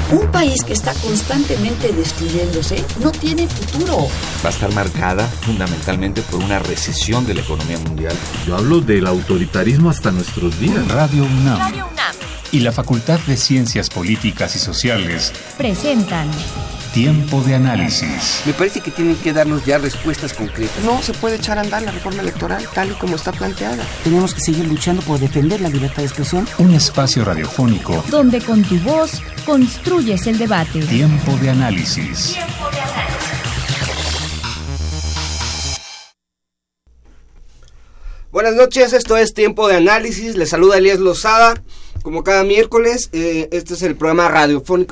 Un país que está constantemente destruyéndose no tiene futuro. Va a estar marcada fundamentalmente por una recesión de la economía mundial. Yo hablo del autoritarismo hasta nuestros días. Radio UNAM y la Facultad de Ciencias Políticas y Sociales presentan Tiempo de Análisis. Me parece que tienen que darnos ya respuestas concretas. No se puede echar a andar la reforma electoral tal y como está planteada. Tenemos que seguir luchando por defender la libertad de expresión. Un espacio radiofónico donde con tu voz construyes el debate. Tiempo de Análisis. Buenas noches, esto es Tiempo de Análisis. Les saluda Elías Lozada. Como cada miércoles, este es el programa radiofónico.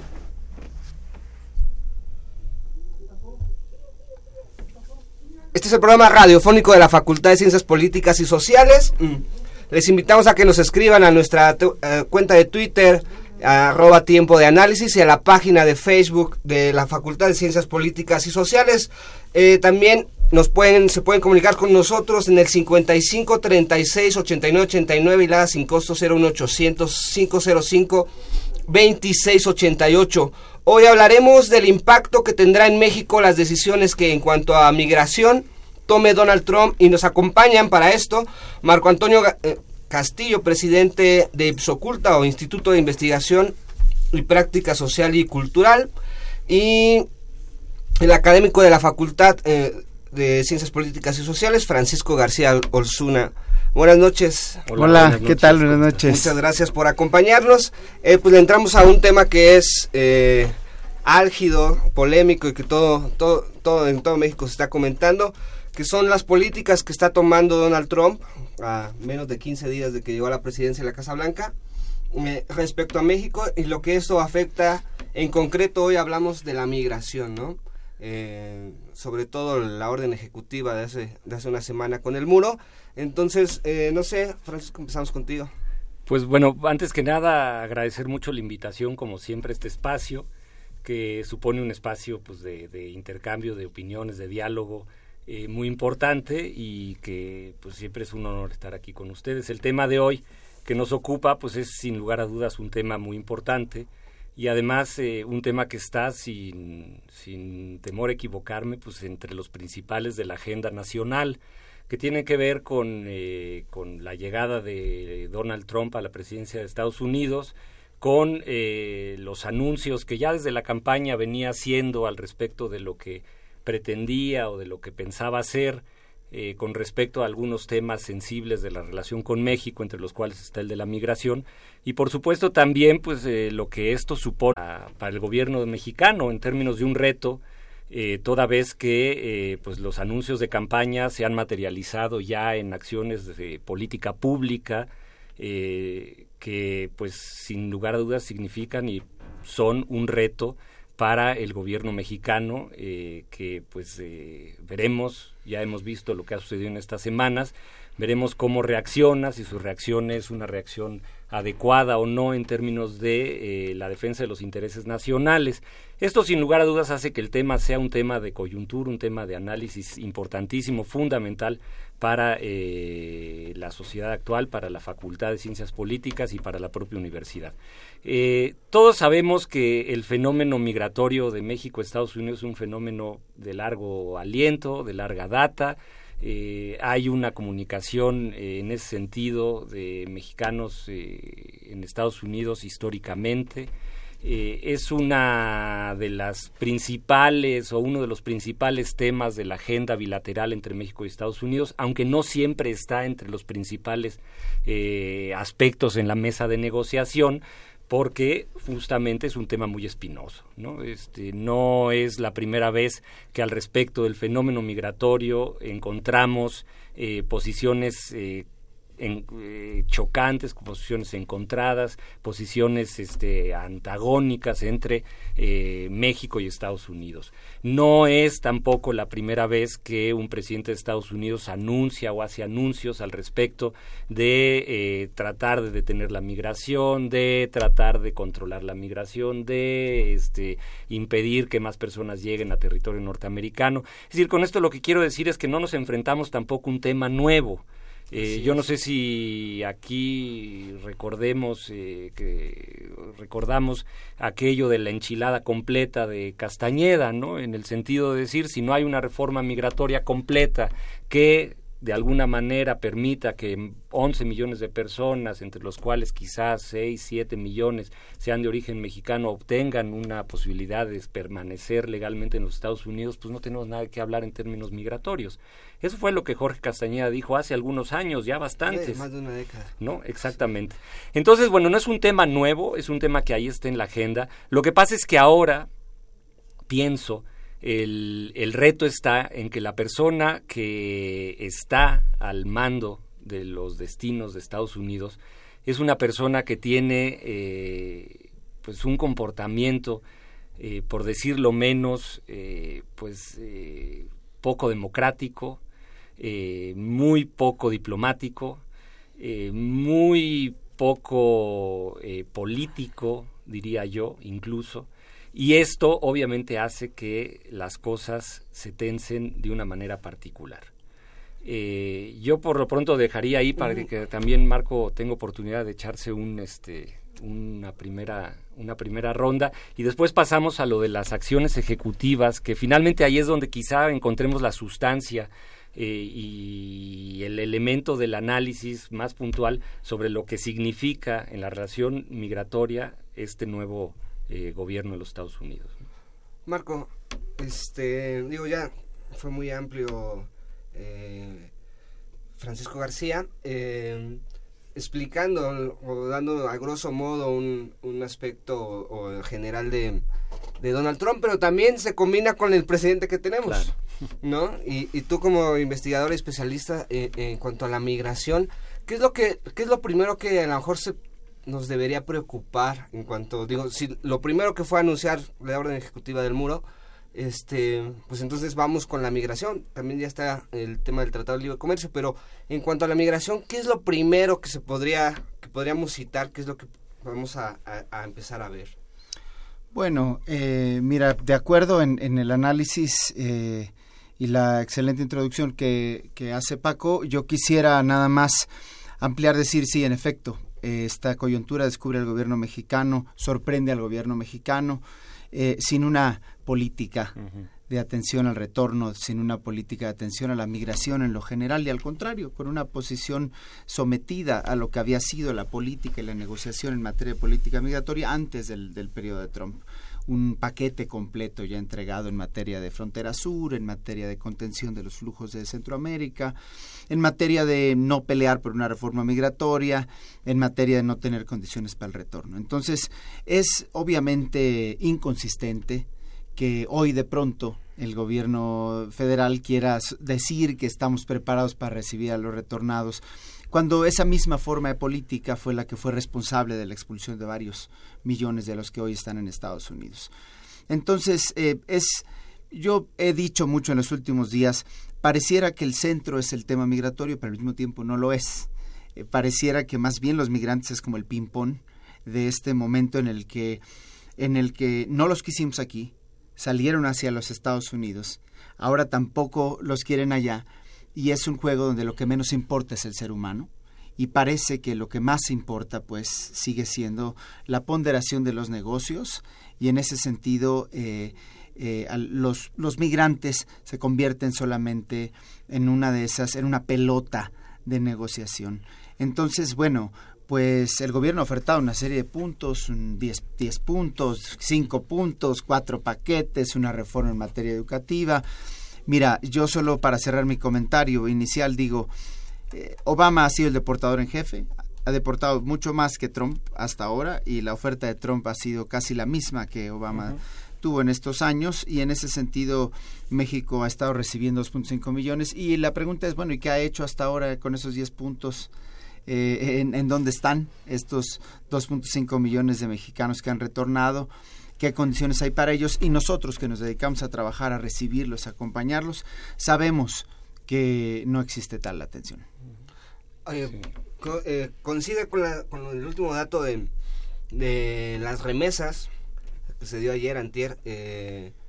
Este es el programa radiofónico de la Facultad de Ciencias Políticas y Sociales. Les invitamos a que nos escriban a nuestra cuenta de Twitter, @Tiempo de Análisis, y a la página de Facebook de la Facultad de Ciencias Políticas y Sociales. También se pueden comunicar con nosotros en el 55 36 89 89 y la sin costo 01800 505 26 88. Hoy hablaremos del impacto que tendrá en México las decisiones que en cuanto a migración tome Donald Trump, y nos acompañan para esto Marco Antonio Castillo, presidente de Ipsoculta o Instituto de Investigación y Práctica Social y Cultural, y el académico de la Facultad de Ciencias Políticas y Sociales, Francisco García Olzuna. Buenas noches. Hola, ¿qué tal? Buenas noches. Muchas gracias por acompañarnos. Pues le entramos a un tema que es álgido, polémico, y que todo en todo México se está comentando, que son las políticas que está tomando Donald Trump a menos de 15 días de que llegó a la presidencia de la Casa Blanca respecto a México y lo que eso afecta. En concreto, hoy hablamos de la migración, ¿no? Sobre todo la orden ejecutiva de hace una semana con el muro. Entonces, no sé, Francisco, empezamos contigo. Pues bueno, antes que nada agradecer mucho la invitación, como siempre, a este espacio, que supone un espacio pues de intercambio de opiniones, de diálogo muy importante, y que pues siempre es un honor estar aquí con ustedes. El tema de hoy que nos ocupa pues es sin lugar a dudas un tema muy importante, y además un tema que está, sin temor a equivocarme, pues entre los principales de la agenda nacional, que tiene que ver con la llegada de Donald Trump a la presidencia de Estados Unidos, con los anuncios que ya desde la campaña venía haciendo al respecto de lo que pretendía o de lo que pensaba hacer con respecto a algunos temas sensibles de la relación con México, entre los cuales está el de la migración, y por supuesto también pues lo que esto supone para el gobierno mexicano en términos de un reto, toda vez que pues los anuncios de campaña se han materializado ya en acciones de política pública que pues sin lugar a dudas significan y son un reto para el gobierno mexicano, que pues veremos, ya hemos visto lo que ha sucedido en estas semanas, veremos cómo reacciona, si su reacción es una reacción adecuada o no en términos de la defensa de los intereses nacionales. Esto sin lugar a dudas hace que el tema sea un tema de coyuntura, un tema de análisis importantísimo, fundamental para la sociedad actual, para la Facultad de Ciencias Políticas y para la propia universidad. Todos sabemos que el fenómeno migratorio de México a Estados Unidos es un fenómeno de largo aliento, de larga data. Hay una comunicación en ese sentido de mexicanos en Estados Unidos históricamente. Es una de las principales o uno de los principales temas de la agenda bilateral entre México y Estados Unidos, aunque no siempre está entre los principales aspectos en la mesa de negociación, porque justamente es un tema muy espinoso, ¿no? No es la primera vez que al respecto del fenómeno migratorio encontramos posiciones chocantes, posiciones encontradas, posiciones antagónicas entre México y Estados Unidos. No es tampoco la primera vez que un presidente de Estados Unidos anuncia o hace anuncios al respecto de tratar de detener la migración, de tratar de controlar la migración, de impedir que más personas lleguen a territorio norteamericano. Es decir, con esto lo que quiero decir es que no nos enfrentamos tampoco a un tema nuevo. Yo no sé si aquí recordamos aquello de la enchilada completa de Castañeda, ¿no? En el sentido de decir, si no hay una reforma migratoria completa que de alguna manera permita que 11 millones de personas, entre los cuales quizás 6, 7 millones sean de origen mexicano, obtengan una posibilidad de permanecer legalmente en los Estados Unidos, pues no tenemos nada que hablar en términos migratorios. Eso fue lo que Jorge Castañeda dijo hace algunos años, ya bastantes. Más de una década. ¿No? Exactamente. Entonces, bueno, no es un tema nuevo, es un tema que ahí está en la agenda. Lo que pasa es que ahora, pienso, el reto está en que la persona que está al mando de los destinos de Estados Unidos es una persona que tiene pues un comportamiento, por decirlo menos, poco democrático, muy poco diplomático, muy poco político, diría yo, incluso. Y esto obviamente hace que las cosas se tensen de una manera particular. Yo por lo pronto dejaría ahí para que también Marco tenga oportunidad de echarse una primera ronda, y después pasamos a lo de las acciones ejecutivas, que finalmente ahí es donde quizá encontremos la sustancia y el elemento del análisis más puntual sobre lo que significa en la relación migratoria este nuevo gobierno de los Estados Unidos. Marco, ya fue muy amplio Francisco García, explicando o dando a grosso modo un aspecto o general de Donald Trump, pero también se combina con el presidente que tenemos, claro, ¿no? Y tú como investigador y especialista en cuanto a la migración, ¿qué es lo primero que a lo mejor nos debería preocupar en cuanto, si lo primero que fue anunciar la orden ejecutiva del muro, pues entonces vamos con la migración, también ya está el tema del Tratado de Libre Comercio, pero en cuanto a la migración, ¿qué es lo primero que podríamos citar, qué es lo que vamos a empezar a ver? Bueno, mira, de acuerdo en el análisis y la excelente introducción que hace Paco, yo quisiera nada más ampliar, decir, sí, en efecto, esta coyuntura descubre al gobierno mexicano, sorprende al gobierno mexicano, sin una política de atención al retorno, sin una política de atención a la migración en lo general, y al contrario, con una posición sometida a lo que había sido la política y la negociación en materia de política migratoria antes del periodo de Trump. Un paquete completo ya entregado en materia de frontera sur, en materia de contención de los flujos de Centroamérica, en materia de no pelear por una reforma migratoria, en materia de no tener condiciones para el retorno. Entonces, es obviamente inconsistente que hoy de pronto el gobierno federal quiera decir que estamos preparados para recibir a los retornados, cuando esa misma forma de política fue la que fue responsable de la expulsión de varios millones de los que hoy están en Estados Unidos. Entonces, yo he dicho mucho en los últimos días, pareciera que el centro es el tema migratorio, pero al mismo tiempo no lo es. Pareciera que más bien los migrantes es como el ping-pong de este momento en el que no los quisimos aquí, salieron hacia los Estados Unidos, ahora tampoco los quieren allá, y es un juego donde lo que menos importa es el ser humano, y parece que lo que más importa pues sigue siendo la ponderación de los negocios, y en ese sentido los migrantes se convierten solamente en una pelota de negociación. Entonces, bueno, pues el gobierno ha ofertado una serie de puntos, 10 puntos, 5 puntos, 4 paquetes, una reforma en materia educativa. Mira, yo solo para cerrar mi comentario inicial digo, Obama ha sido el deportador en jefe, ha deportado mucho más que Trump hasta ahora, y la oferta de Trump ha sido casi la misma que Obama tuvo en estos años, y en ese sentido México ha estado recibiendo 2.5 millones, y la pregunta es, bueno, ¿y qué ha hecho hasta ahora con esos 10 puntos? ¿En dónde están estos 2.5 millones de mexicanos que han retornado? ¿Qué condiciones hay para ellos? Y nosotros que nos dedicamos a trabajar, a recibirlos, a acompañarlos, sabemos que no existe tal atención. Coincide con el último dato de las remesas que se dio ayer, antier,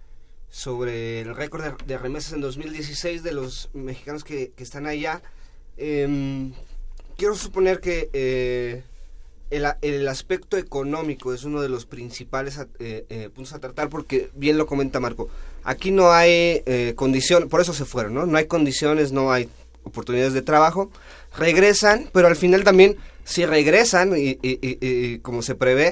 sobre el récord de remesas en 2016 de los mexicanos que están allá. quiero suponer que el aspecto económico es uno de los principales puntos a tratar, porque bien lo comenta Marco, aquí no hay condiciones, por eso se fueron, ¿no? No hay condiciones, no hay oportunidades de trabajo, regresan, pero al final también, si regresan y como se prevé,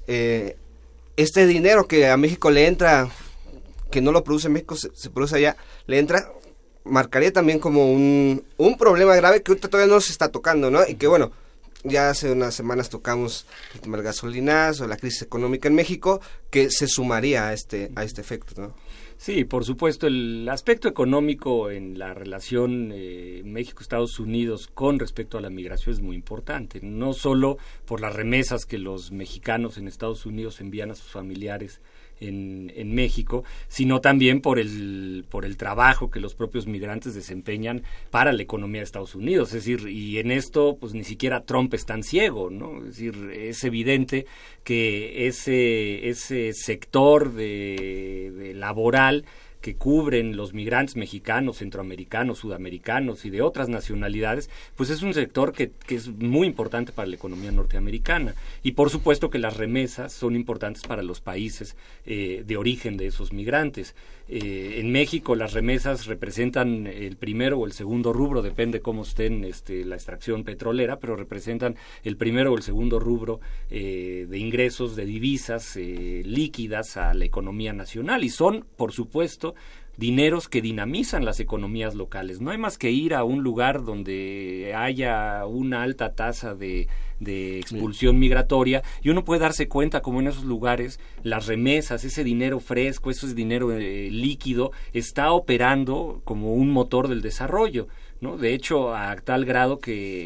este dinero que a México le entra, que no lo produce en México, se produce allá, le entra, marcaría también como un problema grave que ahorita todavía no se está tocando, ¿no? Y que bueno, ya hace unas semanas tocamos el tema del gasolinazo, la crisis económica en México, que se sumaría a este efecto, ¿no? Sí, por supuesto, el aspecto económico en la relación México-Estados Unidos con respecto a la migración es muy importante, no solo por las remesas que los mexicanos en Estados Unidos envían a sus familiares en México, sino también por el trabajo que los propios migrantes desempeñan para la economía de Estados Unidos. Es decir, y en esto pues ni siquiera Trump es tan ciego, ¿no? Es decir, es evidente que ese sector de laboral que cubren los migrantes mexicanos, centroamericanos, sudamericanos y de otras nacionalidades, pues es un sector que es muy importante para la economía norteamericana. Y por supuesto que las remesas son importantes para los países de origen de esos migrantes. En México las remesas representan el primero o el segundo rubro, depende cómo estén la extracción petrolera, pero representan el primero o el segundo rubro de ingresos de divisas líquidas a la economía nacional, y son, por supuesto, dineros que dinamizan las economías locales. No hay más que ir a un lugar donde haya una alta tasa de expulsión migratoria y uno puede darse cuenta como en esos lugares las remesas, ese dinero fresco, ese dinero líquido está operando como un motor del desarrollo, ¿no? De hecho, a tal grado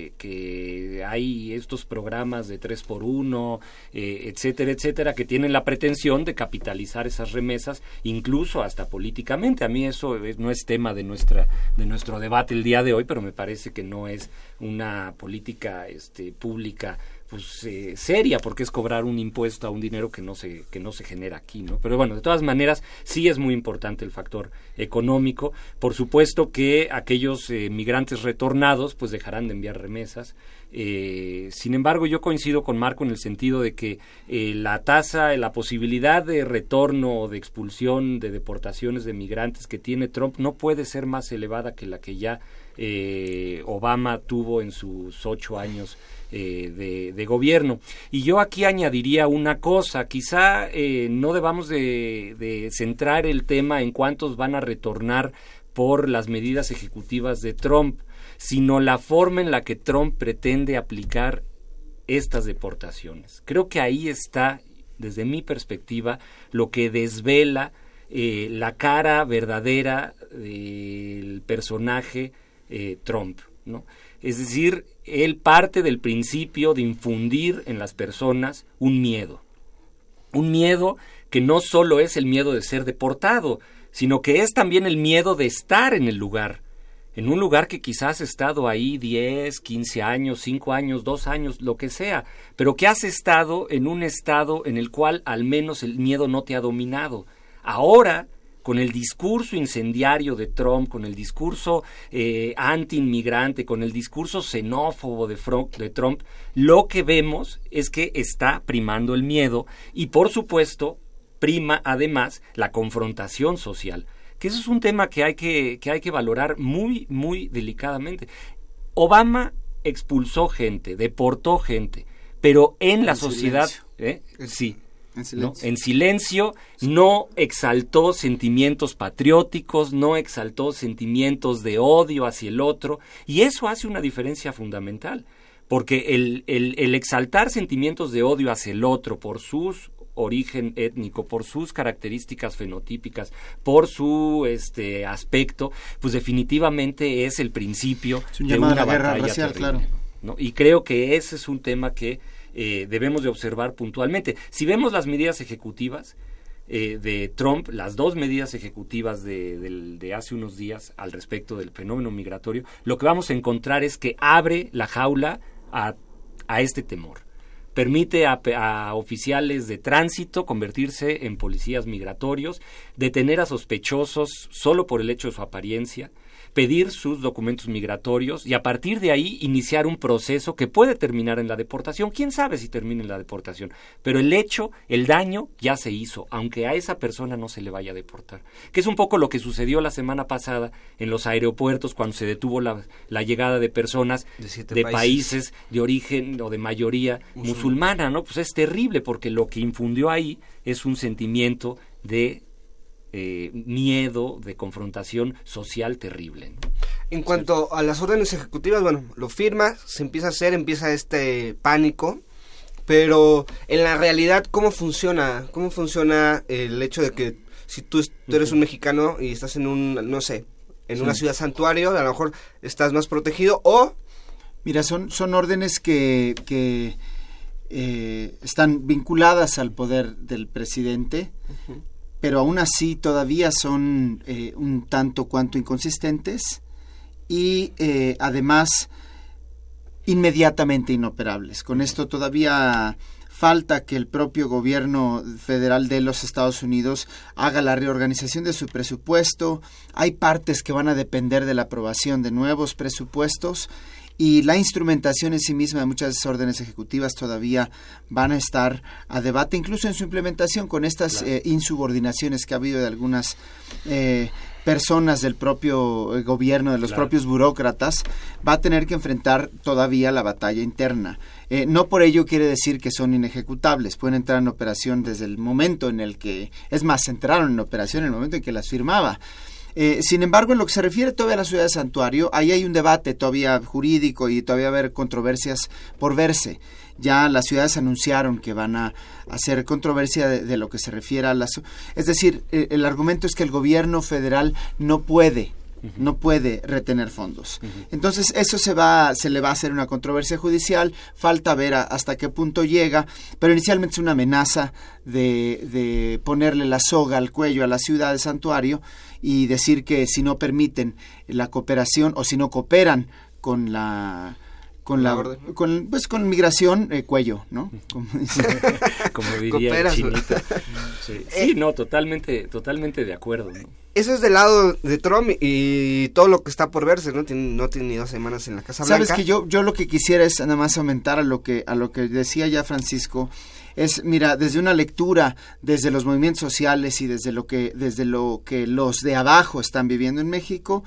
que hay estos programas de 3x1, etcétera, etcétera, que tienen la pretensión de capitalizar esas remesas, incluso hasta políticamente. A mí eso no es tema de nuestro debate el día de hoy, pero me parece que no es una política pública pues seria, porque es cobrar un impuesto a un dinero que no se genera aquí, ¿no? Pero bueno, de todas maneras sí es muy importante el factor económico. Por supuesto que aquellos migrantes retornados pues dejarán de enviar remesas. Sin embargo, yo coincido con Marco en el sentido de que la posibilidad de retorno o de expulsión, de deportaciones de migrantes que tiene Trump no puede ser más elevada que la que ya Obama tuvo en sus 8 años de gobierno. Y yo aquí añadiría una cosa, quizá no debamos de centrar el tema en cuántos van a retornar por las medidas ejecutivas de Trump, sino la forma en la que Trump pretende aplicar estas deportaciones. Creo que ahí está, desde mi perspectiva, lo que desvela la cara verdadera del personaje Trump, ¿no? Es decir, él parte del principio de infundir en las personas un miedo que no solo es el miedo de ser deportado, sino que es también el miedo de estar en el lugar, en un lugar que quizás has estado ahí 10, 15 años, 5 años, 2 años, lo que sea, pero que has estado en un estado en el cual al menos el miedo no te ha dominado. Ahora, con el discurso incendiario de Trump, con el discurso anti-inmigrante, con el discurso xenófobo de Trump, lo que vemos es que está primando el miedo y, por supuesto, prima además la confrontación social, que eso es un tema que hay que valorar muy, muy delicadamente. Obama expulsó gente, deportó gente, pero en la sociedad... sí. En silencio, no exaltó sentimientos patrióticos, no exaltó sentimientos de odio hacia el otro, y eso hace una diferencia fundamental, porque el exaltar sentimientos de odio hacia el otro por su origen étnico, por sus características fenotípicas, por su aspecto, pues definitivamente es el principio de una batalla racial, terrible, ¿no? Y creo que ese es un tema que debemos de observar puntualmente. Si vemos las medidas ejecutivas de Trump, las 2 medidas ejecutivas de hace unos días al respecto del fenómeno migratorio, lo que vamos a encontrar es que abre la jaula a este temor. Permite a oficiales de tránsito convertirse en policías migratorios, detener a sospechosos solo por el hecho de su apariencia, pedir sus documentos migratorios y a partir de ahí iniciar un proceso que puede terminar en la deportación. ¿Quién sabe si termina en la deportación? Pero el daño ya se hizo, aunque a esa persona no se le vaya a deportar. Que es un poco lo que sucedió la semana pasada en los aeropuertos cuando se detuvo la llegada de personas de países de origen o de mayoría musulmana, ¿no? Pues es terrible porque lo que infundió ahí es un sentimiento de miedo, de confrontación social terrible, ¿no? En cuanto a las órdenes ejecutivas, bueno, lo firma, se empieza empieza este pánico, pero en la realidad, ¿cómo funciona el hecho de que si tú eres un mexicano y estás en una ciudad santuario, a lo mejor estás más protegido o... Mira, son órdenes que están vinculadas al poder del presidente, pero aún así todavía son un tanto cuanto inconsistentes y además inmediatamente inoperables. Con esto todavía falta que el propio gobierno federal de los Estados Unidos haga la reorganización de su presupuesto. Hay partes que van a depender de la aprobación de nuevos presupuestos y la instrumentación en sí misma de muchas órdenes ejecutivas todavía van a estar a debate, incluso en su implementación con estas insubordinaciones que ha habido de algunas personas del propio gobierno, de los propios burócratas, va a tener que enfrentar todavía la batalla interna. No por ello quiere decir que son inejecutables, pueden entrar en operación desde el momento en el que, es más, entraron en operación en el momento en que las firmaba. Sin embargo, en lo que se refiere todavía a la ciudad de santuario, ahí hay un debate todavía jurídico y todavía va a haber controversias por verse. Ya las ciudades anunciaron que van a hacer controversia de lo que se refiere a las... Es decir, el argumento es que el gobierno federal no puede retener fondos. Entonces, eso se le va a hacer una controversia judicial, falta ver hasta qué punto llega, pero inicialmente es una amenaza de ponerle la soga al cuello a la ciudad de santuario y decir que si no permiten la cooperación o si no cooperan con migración, cuello, ¿no? Como diría el Chinito. Sí, no, totalmente de acuerdo, ¿no? Eso es del lado de Trump y todo lo que está por verse, ¿no? No tiene ni 2 semanas en la Casa Blanca. Sabes que yo lo que quisiera es nada más aumentar a lo que decía ya Francisco. Es, mira, desde una lectura, desde los movimientos sociales y desde lo que los de abajo están viviendo en México,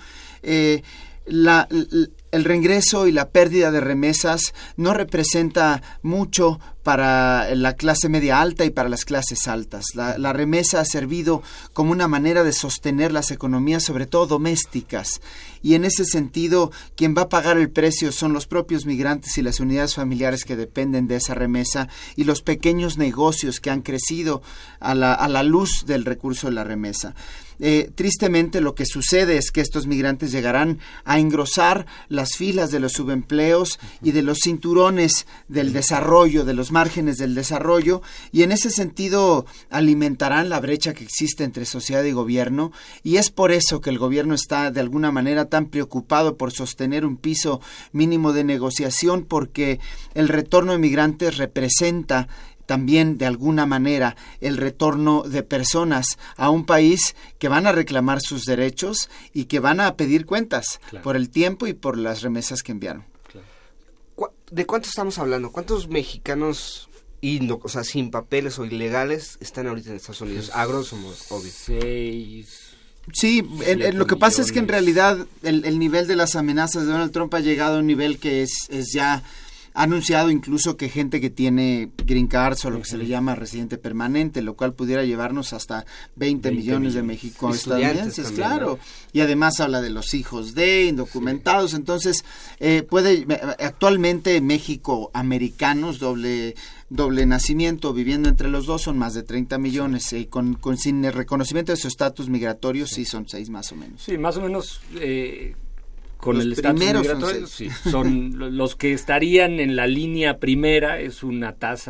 el reingreso y la pérdida de remesas no representa mucho para la clase media alta y para las clases altas. La remesa ha servido como una manera de sostener las economías, sobre todo domésticas, y en ese sentido quien va a pagar el precio son los propios migrantes y las unidades familiares que dependen de esa remesa y los pequeños negocios que han crecido a la luz del recurso de la remesa. Tristemente lo que sucede es que estos migrantes llegarán a engrosar las filas de los subempleos y de los cinturones del desarrollo, de los márgenes del desarrollo, y en ese sentido alimentarán la brecha que existe entre sociedad y gobierno, y es por eso que el gobierno está de alguna manera tan preocupado por sostener un piso mínimo de negociación, porque el retorno de migrantes representa también de alguna manera el retorno de personas a un país que van a reclamar sus derechos y que van a pedir cuentas por el tiempo y por las remesas que enviaron. ¿De cuántos estamos hablando? ¿Cuántos mexicanos sin papeles o ilegales están ahorita en Estados Unidos? A grosso modo, obvio. 6. Sí, lo que pasa es que en realidad el nivel de las amenazas de Donald Trump ha llegado a un nivel que es ya... Ha anunciado incluso que gente que tiene green cards o lo que se le llama residente permanente, lo cual pudiera llevarnos hasta 20 millones de mexicoestadounidenses, claro. ¿No? Y además habla de los hijos de indocumentados. Entonces, actualmente México-americanos, doble nacimiento, viviendo entre los dos, son más de 30 millones. Sin el reconocimiento de su estatus migratorio, sí son 6 más o menos. Sí, más o menos... Con los el estatus migratorio, sí, son los que estarían en la línea primera. Es un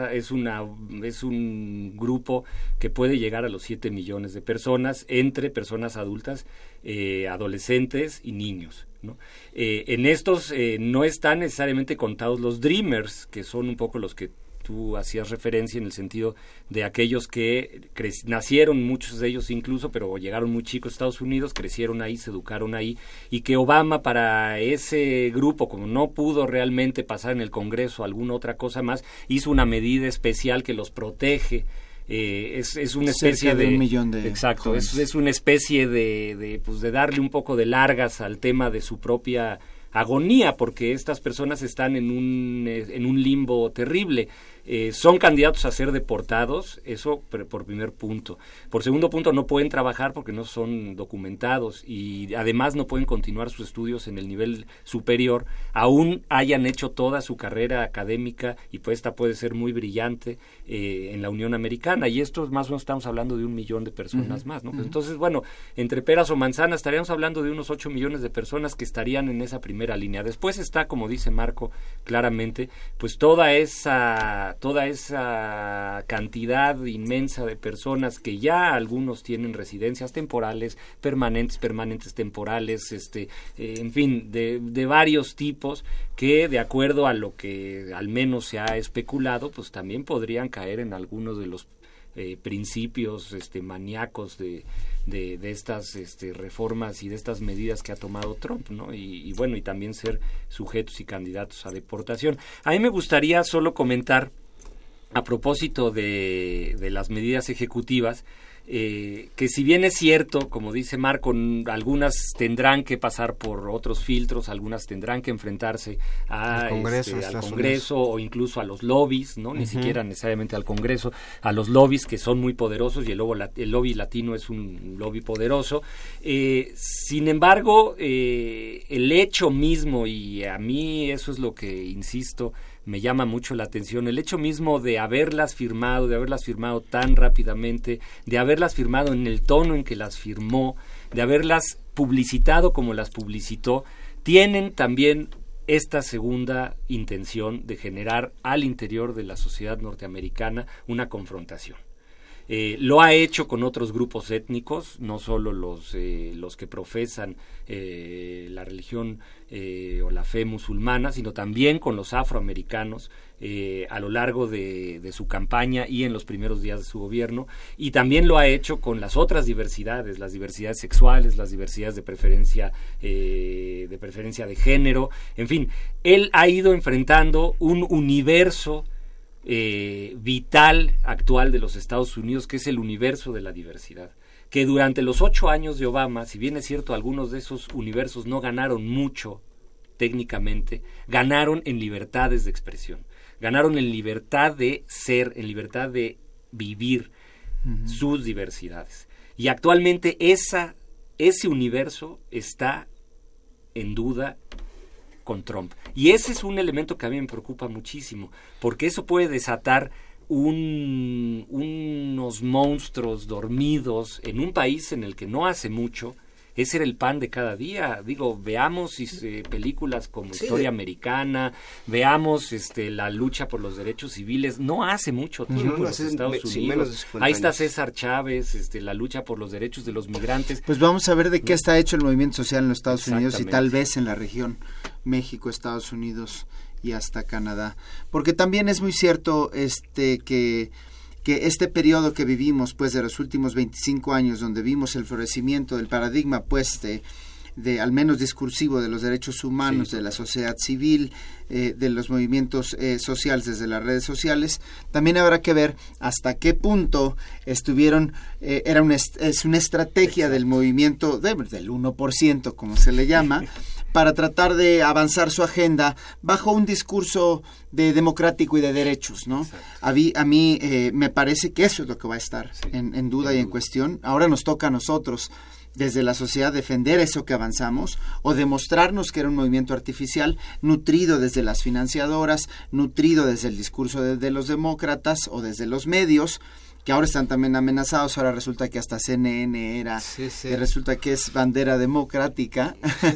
grupo que puede llegar a los 7 millones de personas, entre personas adultas, adolescentes y niños, ¿no? En estos no están necesariamente contados los Dreamers, que son un poco los que tú hacías referencia en el sentido de aquellos que nacieron, muchos de ellos incluso, pero llegaron muy chicos a Estados Unidos, crecieron ahí, se educaron ahí, y que Obama para ese grupo, como no pudo realmente pasar en el Congreso alguna otra cosa más, hizo una medida especial que los protege. Es una especie de 1 millón de exacto, es una especie de darle un poco de largas al tema de su propia agonía, porque estas personas están en un limbo terrible. Son candidatos a ser deportados, eso por primer punto. Por segundo punto, no pueden trabajar porque no son documentados, y además no pueden continuar sus estudios en el nivel superior, aún hayan hecho toda su carrera académica, y pues esta puede ser muy brillante en la Unión Americana, y esto más o menos estamos hablando de 1 millón de personas más, ¿no? Pues entonces, bueno, entre peras o manzanas estaríamos hablando de unos 8 millones de personas que estarían en esa primera línea. Después está, como dice Marco claramente, pues toda esa cantidad inmensa de personas que ya algunos tienen residencias temporales, permanentes temporales, en fin, de varios tipos, que de acuerdo a lo que al menos se ha especulado, pues también podrían caer en algunos de los principios maníacos de estas reformas y de estas medidas que ha tomado Trump, ¿no? Y bueno, y también ser sujetos y candidatos a deportación. A mí me gustaría solo comentar, a propósito de las medidas ejecutivas, que si bien es cierto, como dice Marco, algunas tendrán que pasar por otros filtros, algunas tendrán que enfrentarse al Congreso o incluso a los lobbies, ¿no? Ni siquiera necesariamente al Congreso, a los lobbies, que son muy poderosos, y el lobby latino es un lobby poderoso. Sin embargo, el hecho mismo, y a mí eso es lo que insisto, me llama mucho la atención, el hecho mismo de haberlas firmado tan rápidamente, de haberlas firmado en el tono en que las firmó, de haberlas publicitado como las publicitó, tienen también esta segunda intención de generar al interior de la sociedad norteamericana una confrontación. Lo ha hecho con otros grupos étnicos, no solo los que profesan la religión o la fe musulmana, sino también con los afroamericanos a lo largo de su campaña y en los primeros días de su gobierno, y también lo ha hecho con las otras diversidades, las diversidades sexuales, las diversidades de preferencia de género, en fin, él ha ido enfrentando un universo vital actual de los Estados Unidos, que es el universo de la diversidad, que durante los 8 años de Obama, si bien es cierto algunos de esos universos no ganaron mucho técnicamente, ganaron en libertades de expresión, ganaron en libertad de ser, en libertad de vivir sus diversidades, y actualmente ese universo está en duda con Trump. Y ese es un elemento que a mí me preocupa muchísimo, porque eso puede desatar unos monstruos dormidos en un país en el que no hace mucho ese era el pan de cada día. Digo, veamos películas como Historia Americana, veamos la lucha por los derechos civiles, no hace mucho tiempo en los Estados Unidos. Ahí está César Chávez, la lucha por los derechos de los migrantes. Pues vamos a ver de qué está hecho el movimiento social en los Estados Unidos y tal vez en la región México, Estados Unidos y hasta Canadá. Porque también es muy cierto que este periodo que vivimos, pues, de los últimos 25 años, donde vimos el florecimiento del paradigma, pues, de al menos discursivo de los derechos humanos, de la sociedad civil, de los movimientos sociales desde las redes sociales, también habrá que ver hasta qué punto estuvieron, es una estrategia del movimiento del 1%, como se le llama, para tratar de avanzar su agenda bajo un discurso democrático y de derechos, ¿no? A mí me parece que eso es lo que va a estar en duda y en cuestión. Ahora nos toca a nosotros, desde la sociedad, defender eso que avanzamos o demostrarnos que era un movimiento artificial nutrido desde las financiadoras, nutrido desde el discurso de los demócratas o desde los medios, que ahora están también amenazados. Ahora resulta que hasta CNN era, resulta que es bandera democrática.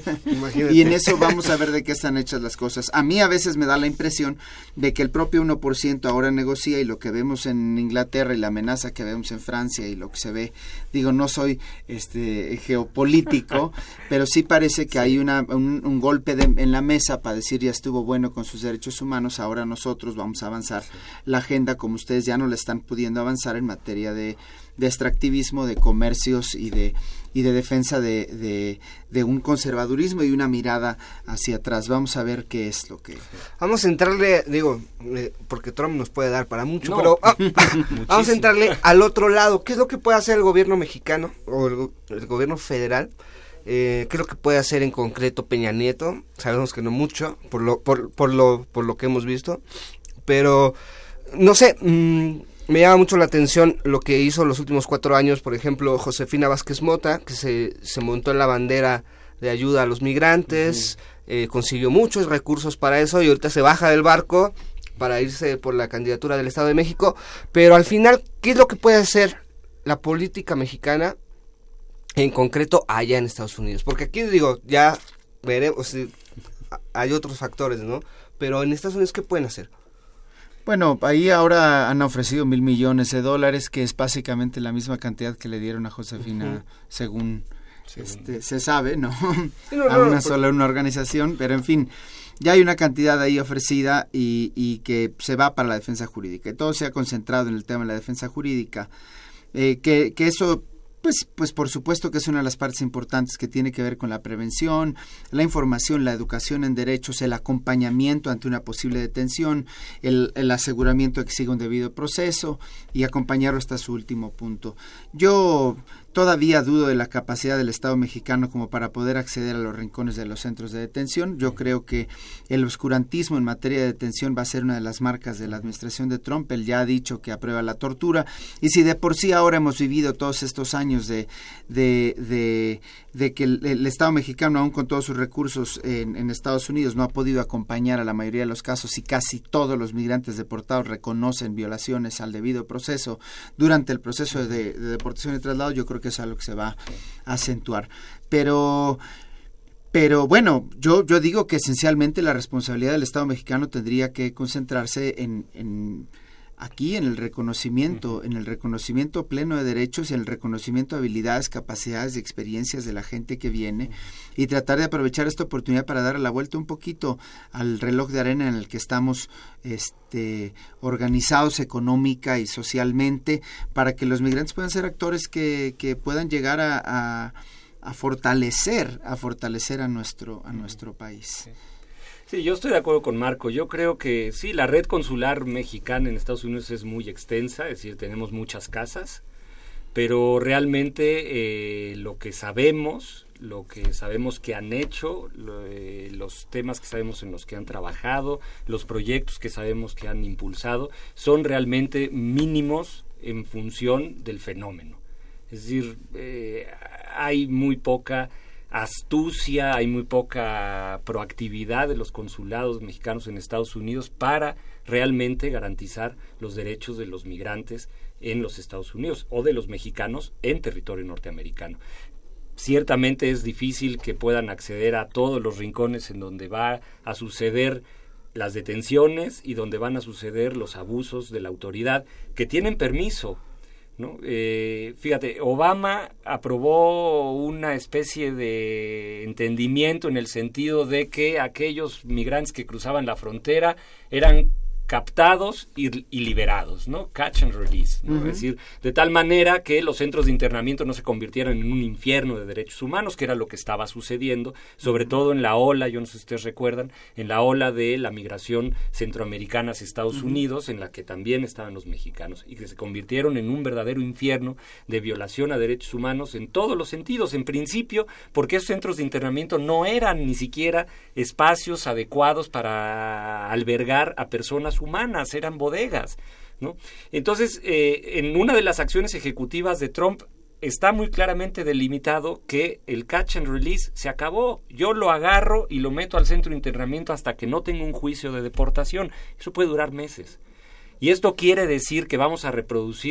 Y en eso vamos a ver de qué están hechas las cosas. A mí a veces me da la impresión de que el propio 1% ahora negocia, y lo que vemos en Inglaterra y la amenaza que vemos en Francia y lo que se ve, digo, no soy geopolítico, pero sí parece que hay un golpe en la mesa para decir ya estuvo bueno con sus derechos humanos, ahora nosotros vamos a avanzar la agenda como ustedes ya no la están pudiendo avanzar en materia de extractivismo, de comercios y de defensa de un conservadurismo y una mirada hacia atrás. Vamos a ver qué es lo que... Vamos a entrarle, porque Trump nos puede dar para mucho, pero vamos a entrarle al otro lado. ¿Qué es lo que puede hacer el gobierno mexicano o el gobierno federal? ¿Qué es lo que puede hacer en concreto Peña Nieto? Sabemos que no mucho, por lo que hemos visto, pero no sé... me llama mucho la atención lo que hizo los últimos 4 años, por ejemplo, Josefina Vázquez Mota, que se montó en la bandera de ayuda a los migrantes, consiguió muchos recursos para eso y ahorita se baja del barco para irse por la candidatura del Estado de México, pero al final, ¿qué es lo que puede hacer la política mexicana en concreto allá en Estados Unidos? Porque aquí ya veremos, hay otros factores, ¿no? Pero en Estados Unidos, ¿qué pueden hacer? Bueno, ahí ahora han ofrecido $1,000 millones, que es básicamente la misma cantidad que le dieron a Josefina, según se sabe, ¿no? A una organización, pero en fin, ya hay una cantidad ahí ofrecida y que se va para la defensa jurídica. Y todo se ha concentrado en el tema de la defensa jurídica, que eso... Pues por supuesto que es una de las partes importantes que tiene que ver con la prevención, la información, la educación en derechos, el acompañamiento ante una posible detención, el aseguramiento de que siga un debido proceso y acompañarlo hasta su último punto. Yo todavía dudo de la capacidad del Estado mexicano como para poder acceder a los rincones de los centros de detención. Yo creo que el oscurantismo en materia de detención va a ser una de las marcas de la administración de Trump. Él ya ha dicho que aprueba la tortura, y si de por sí ahora hemos vivido todos estos años de que el Estado mexicano, aún con todos sus recursos en Estados Unidos, no ha podido acompañar a la mayoría de los casos, y casi todos los migrantes deportados reconocen violaciones al debido proceso durante el proceso de deportación y traslado, yo creo que es algo que se va a acentuar. Pero bueno, yo digo que esencialmente la responsabilidad del Estado mexicano tendría que concentrarse aquí en el reconocimiento pleno de derechos y en el reconocimiento de habilidades, capacidades y experiencias de la gente que viene, y tratar de aprovechar esta oportunidad para darle la vuelta un poquito al reloj de arena en el que estamos organizados económica y socialmente, para que los migrantes puedan ser actores que puedan llegar a fortalecer a nuestro país. Sí, yo estoy de acuerdo con Marco. Yo creo que sí, la red consular mexicana en Estados Unidos es muy extensa, es decir, tenemos muchas casas, pero realmente lo que sabemos que han hecho, los temas que sabemos en los que han trabajado, los proyectos que sabemos que han impulsado, son realmente mínimos en función del fenómeno. Es decir, hay muy poca astucia, hay muy poca proactividad de los consulados mexicanos en Estados Unidos para realmente garantizar los derechos de los migrantes en los Estados Unidos o de los mexicanos en territorio norteamericano. Ciertamente es difícil que puedan acceder a todos los rincones en donde va a suceder las detenciones y donde van a suceder los abusos de la autoridad, que tienen permiso, ¿no? Fíjate, Obama aprobó una especie de entendimiento en el sentido de que aquellos migrantes que cruzaban la frontera eran captados y liberados, ¿no? Catch and release, ¿no? Es decir, de tal manera que los centros de internamiento no se convirtieran en un infierno de derechos humanos, que era lo que estaba sucediendo, sobre todo en la ola, yo no sé si ustedes recuerdan, en la ola de la migración centroamericana hacia Estados Unidos, en la que también estaban los mexicanos, y que se convirtieron en un verdadero infierno de violación a derechos humanos en todos los sentidos, en principio, porque esos centros de internamiento no eran ni siquiera espacios adecuados para albergar a personas humanas, eran bodegas, ¿no? Entonces, en una de las acciones ejecutivas de Trump está muy claramente delimitado que el catch and release se acabó. Yo lo agarro y lo meto al centro de internamiento hasta que no tenga un juicio de deportación. Eso puede durar meses. Y esto quiere decir que vamos a reproducir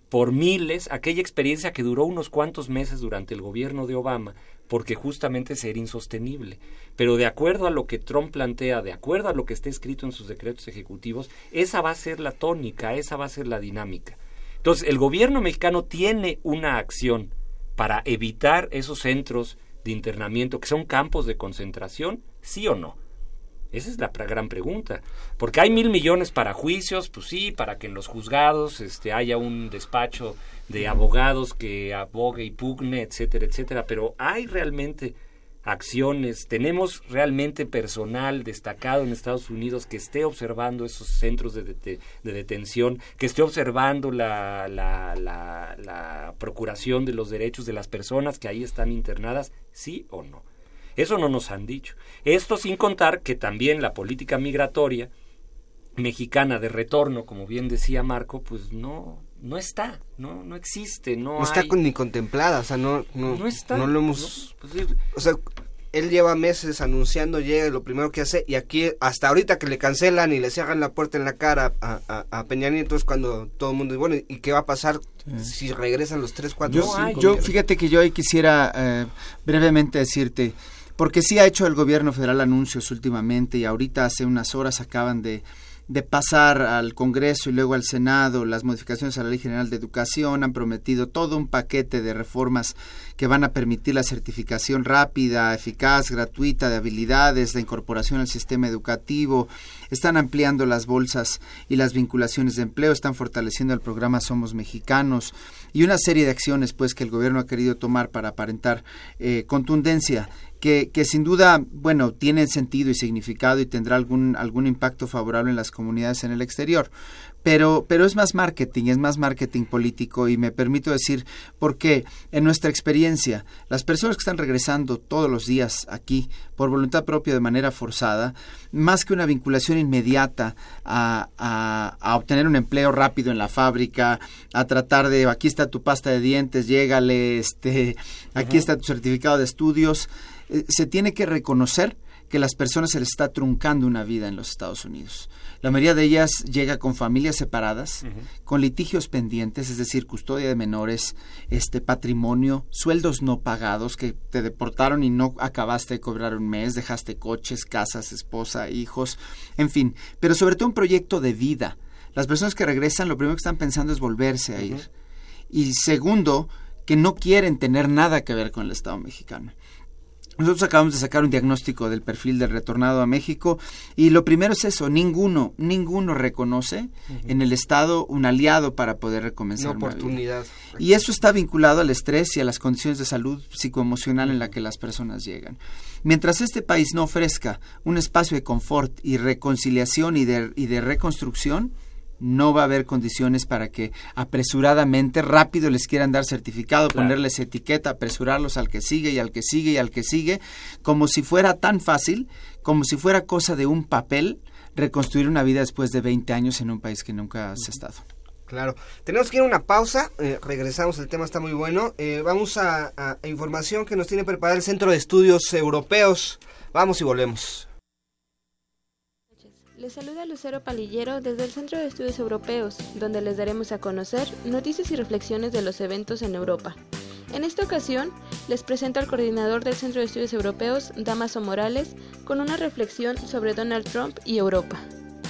por miles aquella experiencia que duró unos cuantos meses durante el gobierno de Obama, porque justamente sería insostenible. Pero de acuerdo a lo que Trump plantea, de acuerdo a lo que está escrito en sus decretos ejecutivos, esa va a ser la tónica, esa va a ser la dinámica. Entonces, el gobierno mexicano tiene una acción para evitar esos centros de internamiento que son campos de concentración, ¿sí o no? Esa es la gran pregunta, porque hay 1,000 millones para juicios, pues sí, para que en los juzgados haya un despacho de abogados que abogue y pugne, etcétera, etcétera, pero hay realmente acciones, tenemos realmente personal destacado en Estados Unidos que esté observando esos centros de detención, que esté observando la procuración de los derechos de las personas que ahí están internadas, ¿sí o no? Eso no nos han dicho. Esto sin contar que también la política migratoria mexicana de retorno, como bien decía Marco, pues no está, no existe, no está hay, ni contemplada, o sea, no está, no lo hemos, o sea, él lleva meses anunciando, llega, lo primero que hace, y aquí hasta ahorita que le cancelan y le cierran la puerta en la cara a Peña Nieto es cuando todo el mundo dice, bueno, ¿y qué va a pasar si regresan los 3, 4, 5? Yo fíjate que yo ahí quisiera brevemente decirte, porque sí ha hecho el gobierno federal anuncios últimamente y ahorita hace unas horas acaban de pasar al Congreso y luego al Senado las modificaciones a la Ley General de Educación, han prometido todo un paquete de reformas que van a permitir la certificación rápida, eficaz, gratuita de habilidades, la incorporación al sistema educativo, están ampliando las bolsas y las vinculaciones de empleo, están fortaleciendo el programa Somos Mexicanos y una serie de acciones pues que el gobierno ha querido tomar para aparentar contundencia. Que sin duda, bueno, tienen sentido y significado y tendrá algún impacto favorable en las comunidades en el exterior. Pero es más marketing político y me permito decir porque en nuestra experiencia, las personas que están regresando todos los días aquí por voluntad propia de manera forzada, más que una vinculación inmediata a obtener un empleo rápido en la fábrica, a tratar de, aquí está tu pasta de dientes, llégale, aquí está tu certificado de estudios, se tiene que reconocer que a las personas se les está truncando una vida en los Estados Unidos. La mayoría de ellas llega con familias separadas, con litigios pendientes, es decir, custodia de menores, patrimonio, sueldos no pagados, que te deportaron y no acabaste de cobrar un mes, dejaste coches, casas, esposa, hijos, en fin, pero sobre todo un proyecto de vida. Las personas que regresan lo primero que están pensando es volverse a ir. Y segundo, que no quieren tener nada que ver con el Estado mexicano. Nosotros acabamos de sacar un diagnóstico del perfil del retornado a México y lo primero es eso, ninguno reconoce en el Estado un aliado para poder recomenzar una oportunidad. Y eso está vinculado al estrés y a las condiciones de salud psicoemocional en la que las personas llegan. Mientras este país no ofrezca un espacio de confort y reconciliación y de reconstrucción, no va a haber condiciones para que apresuradamente, rápido les quieran dar certificado, ponerles etiqueta, apresurarlos al que sigue y al que sigue y al que sigue, como si fuera tan fácil, como si fuera cosa de un papel, reconstruir una vida después de 20 años en un país que nunca has estado. Claro. Tenemos que ir a una pausa, regresamos, el tema está muy bueno. Vamos a información que nos tiene preparada el Centro de Estudios Europeos. Vamos y volvemos. Les saluda Lucero Palillero desde el Centro de Estudios Europeos, donde les daremos a conocer noticias y reflexiones de los eventos en Europa. En esta ocasión, les presento al coordinador del Centro de Estudios Europeos, Dámaso Morales, con una reflexión sobre Donald Trump y Europa.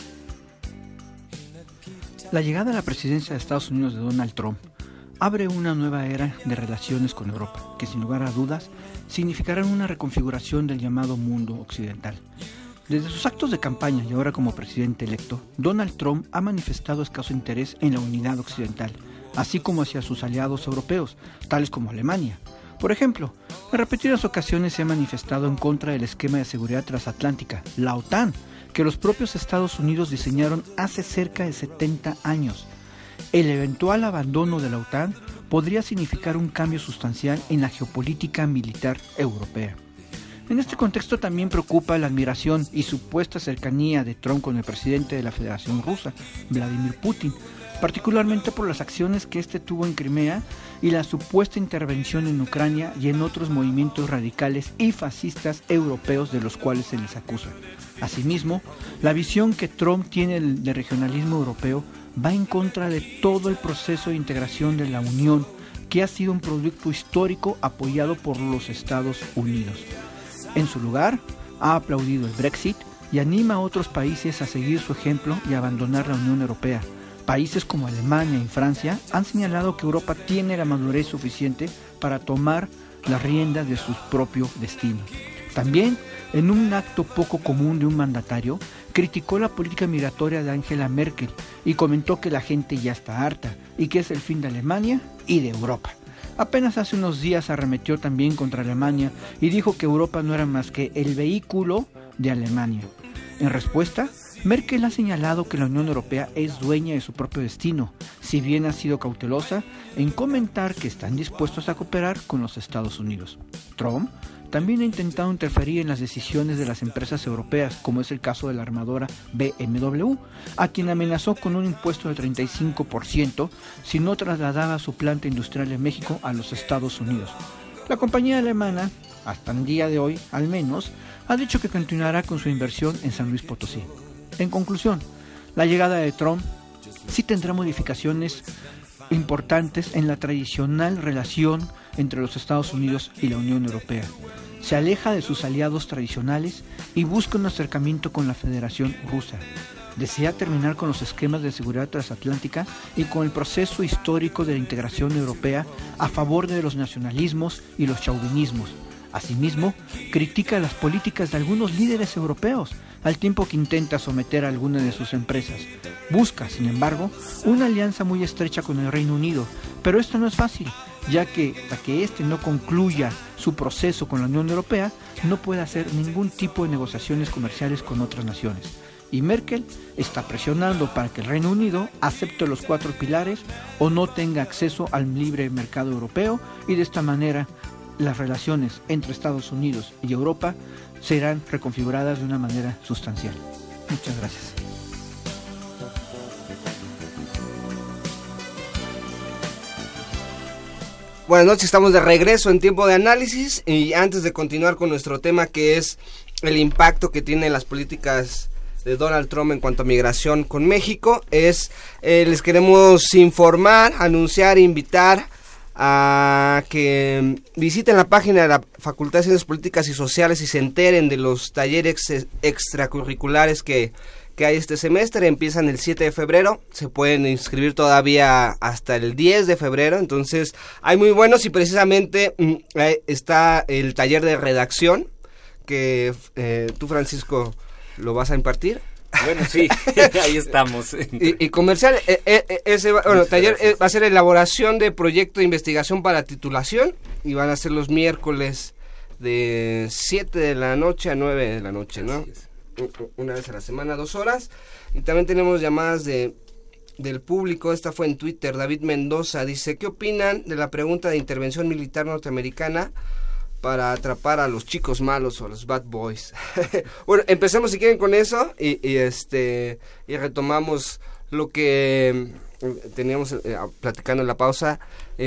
La llegada a la presidencia de Estados Unidos de Donald Trump abre una nueva era de relaciones con Europa, que sin lugar a dudas significarán una reconfiguración del llamado mundo occidental. Desde sus actos de campaña y ahora como presidente electo, Donald Trump ha manifestado escaso interés en la unidad occidental, así como hacia sus aliados europeos, tales como Alemania. Por ejemplo, en repetidas ocasiones se ha manifestado en contra del esquema de seguridad transatlántica, la OTAN, que los propios Estados Unidos diseñaron hace cerca de 70 años. El eventual abandono de la OTAN podría significar un cambio sustancial en la geopolítica militar europea. En este contexto también preocupa la admiración y supuesta cercanía de Trump con el presidente de la Federación Rusa, Vladimir Putin, particularmente por las acciones que este tuvo en Crimea y la supuesta intervención en Ucrania y en otros movimientos radicales y fascistas europeos de los cuales se les acusa. Asimismo, la visión que Trump tiene de regionalismo europeo va en contra de todo el proceso de integración de la Unión, que ha sido un proyecto histórico apoyado por los Estados Unidos. En su lugar, ha aplaudido el Brexit y anima a otros países a seguir su ejemplo y abandonar la Unión Europea. Países como Alemania y Francia han señalado que Europa tiene la madurez suficiente para tomar las riendas de su propio destino. También, en un acto poco común de un mandatario, criticó la política migratoria de Angela Merkel y comentó que la gente ya está harta y que es el fin de Alemania y de Europa. Apenas hace unos días arremetió también contra Alemania y dijo que Europa no era más que el vehículo de Alemania. En respuesta, Merkel ha señalado que la Unión Europea es dueña de su propio destino, si bien ha sido cautelosa en comentar que están dispuestos a cooperar con los Estados Unidos. Trump también ha intentado interferir en las decisiones de las empresas europeas, como es el caso de la armadora BMW, a quien amenazó con un impuesto del 35% si no trasladaba su planta industrial en México a los Estados Unidos. La compañía alemana, hasta el día de hoy al menos, ha dicho que continuará con su inversión en San Luis Potosí. En conclusión, la llegada de Trump sí tendrá modificaciones importantes en la tradicional relación entre los Estados Unidos y la Unión Europea. Se aleja de sus aliados tradicionales y busca un acercamiento con la Federación Rusa. Desea terminar con los esquemas de seguridad transatlántica y con el proceso histórico de la integración europea a favor de los nacionalismos y los chauvinismos. Asimismo, critica las políticas de algunos líderes europeos, al tiempo que intenta someter a algunas de sus empresas. Busca, sin embargo, una alianza muy estrecha con el Reino Unido, pero esto no es fácil, ya que hasta que éste no concluya su proceso con la Unión Europea, no puede hacer ningún tipo de negociaciones comerciales con otras naciones. Y Merkel está presionando para que el Reino Unido acepte los 4 pilares o no tenga acceso al libre mercado europeo, y de esta manera las relaciones entre Estados Unidos y Europa serán reconfiguradas de una manera sustancial. Muchas gracias. Buenas noches, estamos de regreso en Tiempo de Análisis, y antes de continuar con nuestro tema, que es el impacto que tienen las políticas de Donald Trump en cuanto a migración con México, les queremos informar, anunciar, invitar a que visiten la página de la Facultad de Ciencias Políticas y Sociales y se enteren de los talleres extracurriculares que hay este semestre. Empiezan el 7 de febrero, se pueden inscribir todavía hasta el 10 de febrero, entonces hay muy buenos, y precisamente está el taller de redacción que tú, Francisco, lo vas a impartir. Bueno, sí, ahí estamos. Y comercial, taller va a ser elaboración de proyecto de investigación para titulación, y van a ser los miércoles de 7 de la noche a 9 de la noche, ¿no? Una vez a la semana, 2 horas. Y también tenemos llamadas del público. Esta fue en Twitter. David Mendoza dice: ¿qué opinan de la pregunta de intervención militar norteamericana para atrapar a los chicos malos o a los bad boys? Bueno, empecemos si quieren con eso y retomamos lo que teníamos platicando en la pausa.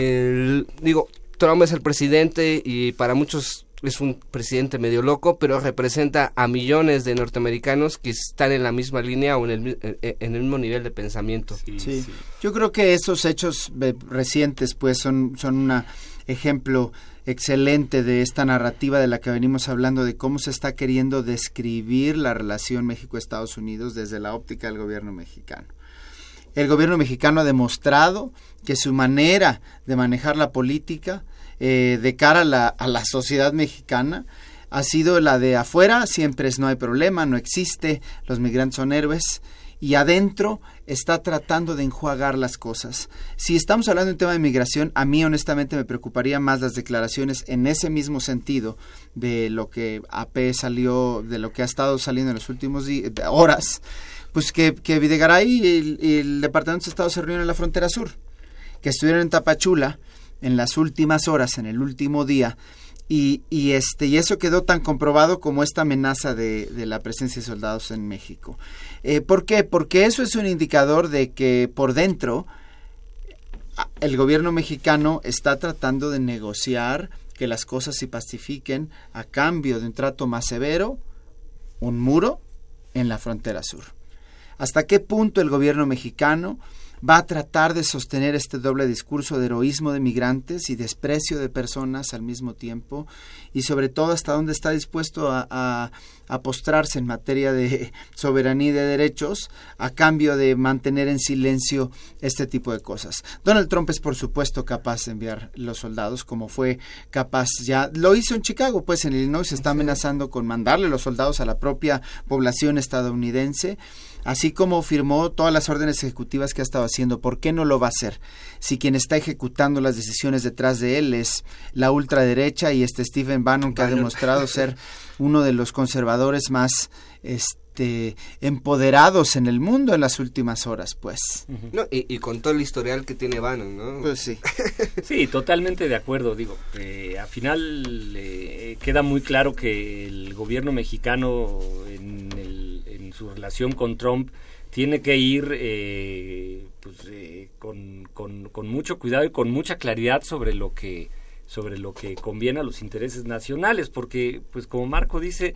Trump es el presidente y para muchos es un presidente medio loco, pero representa a millones de norteamericanos que están en la misma línea o en el mismo nivel de pensamiento. Sí. Yo creo que esos hechos recientes pues son un ejemplo excelente de esta narrativa de la que venimos hablando, de cómo se está queriendo describir la relación México-Estados Unidos desde la óptica del gobierno mexicano. El gobierno mexicano ha demostrado que su manera de manejar la política de cara a la sociedad mexicana ha sido la de afuera, siempre es no hay problema, no existe, los migrantes son héroes, y adentro está tratando de enjuagar las cosas. Si estamos hablando de un tema de migración, a mí honestamente me preocuparía más las declaraciones en ese mismo sentido de lo que AP salió, de lo que ha estado saliendo en los últimos horas, pues que Videgaray y el Departamento de Estado se reunieron en la frontera sur, que estuvieron en Tapachula en las últimas horas, en el último día, y eso quedó tan comprobado como esta amenaza de la presencia de soldados en México. ¿Por qué? Porque eso es un indicador de que por dentro el gobierno mexicano está tratando de negociar que las cosas se pacifiquen a cambio de un trato más severo, un muro en la frontera sur. ¿Hasta qué punto el gobierno mexicano va a tratar de sostener este doble discurso de heroísmo de migrantes y desprecio de personas al mismo tiempo, y sobre todo hasta dónde está dispuesto a postrarse en materia de soberanía y de derechos a cambio de mantener en silencio este tipo de cosas. Donald Trump es por supuesto capaz de enviar los soldados, como fue capaz, ya lo hizo en Chicago, pues en Illinois se está amenazando con mandarle los soldados a la propia población estadounidense, así como firmó todas las órdenes ejecutivas que ha estado haciendo. ¿Por qué no lo va a hacer? Si quien está ejecutando las decisiones detrás de él es la ultraderecha y Stephen Bannon, que ha demostrado ser uno de los conservadores más empoderados en el mundo en las últimas horas, pues. No, y con todo el historial que tiene Bannon, ¿no? Pues sí. Sí, totalmente de acuerdo, digo, al final queda muy claro que el gobierno mexicano en su relación con Trump tiene que ir con mucho cuidado y con mucha claridad sobre lo que conviene a los intereses nacionales, porque pues como Marco dice,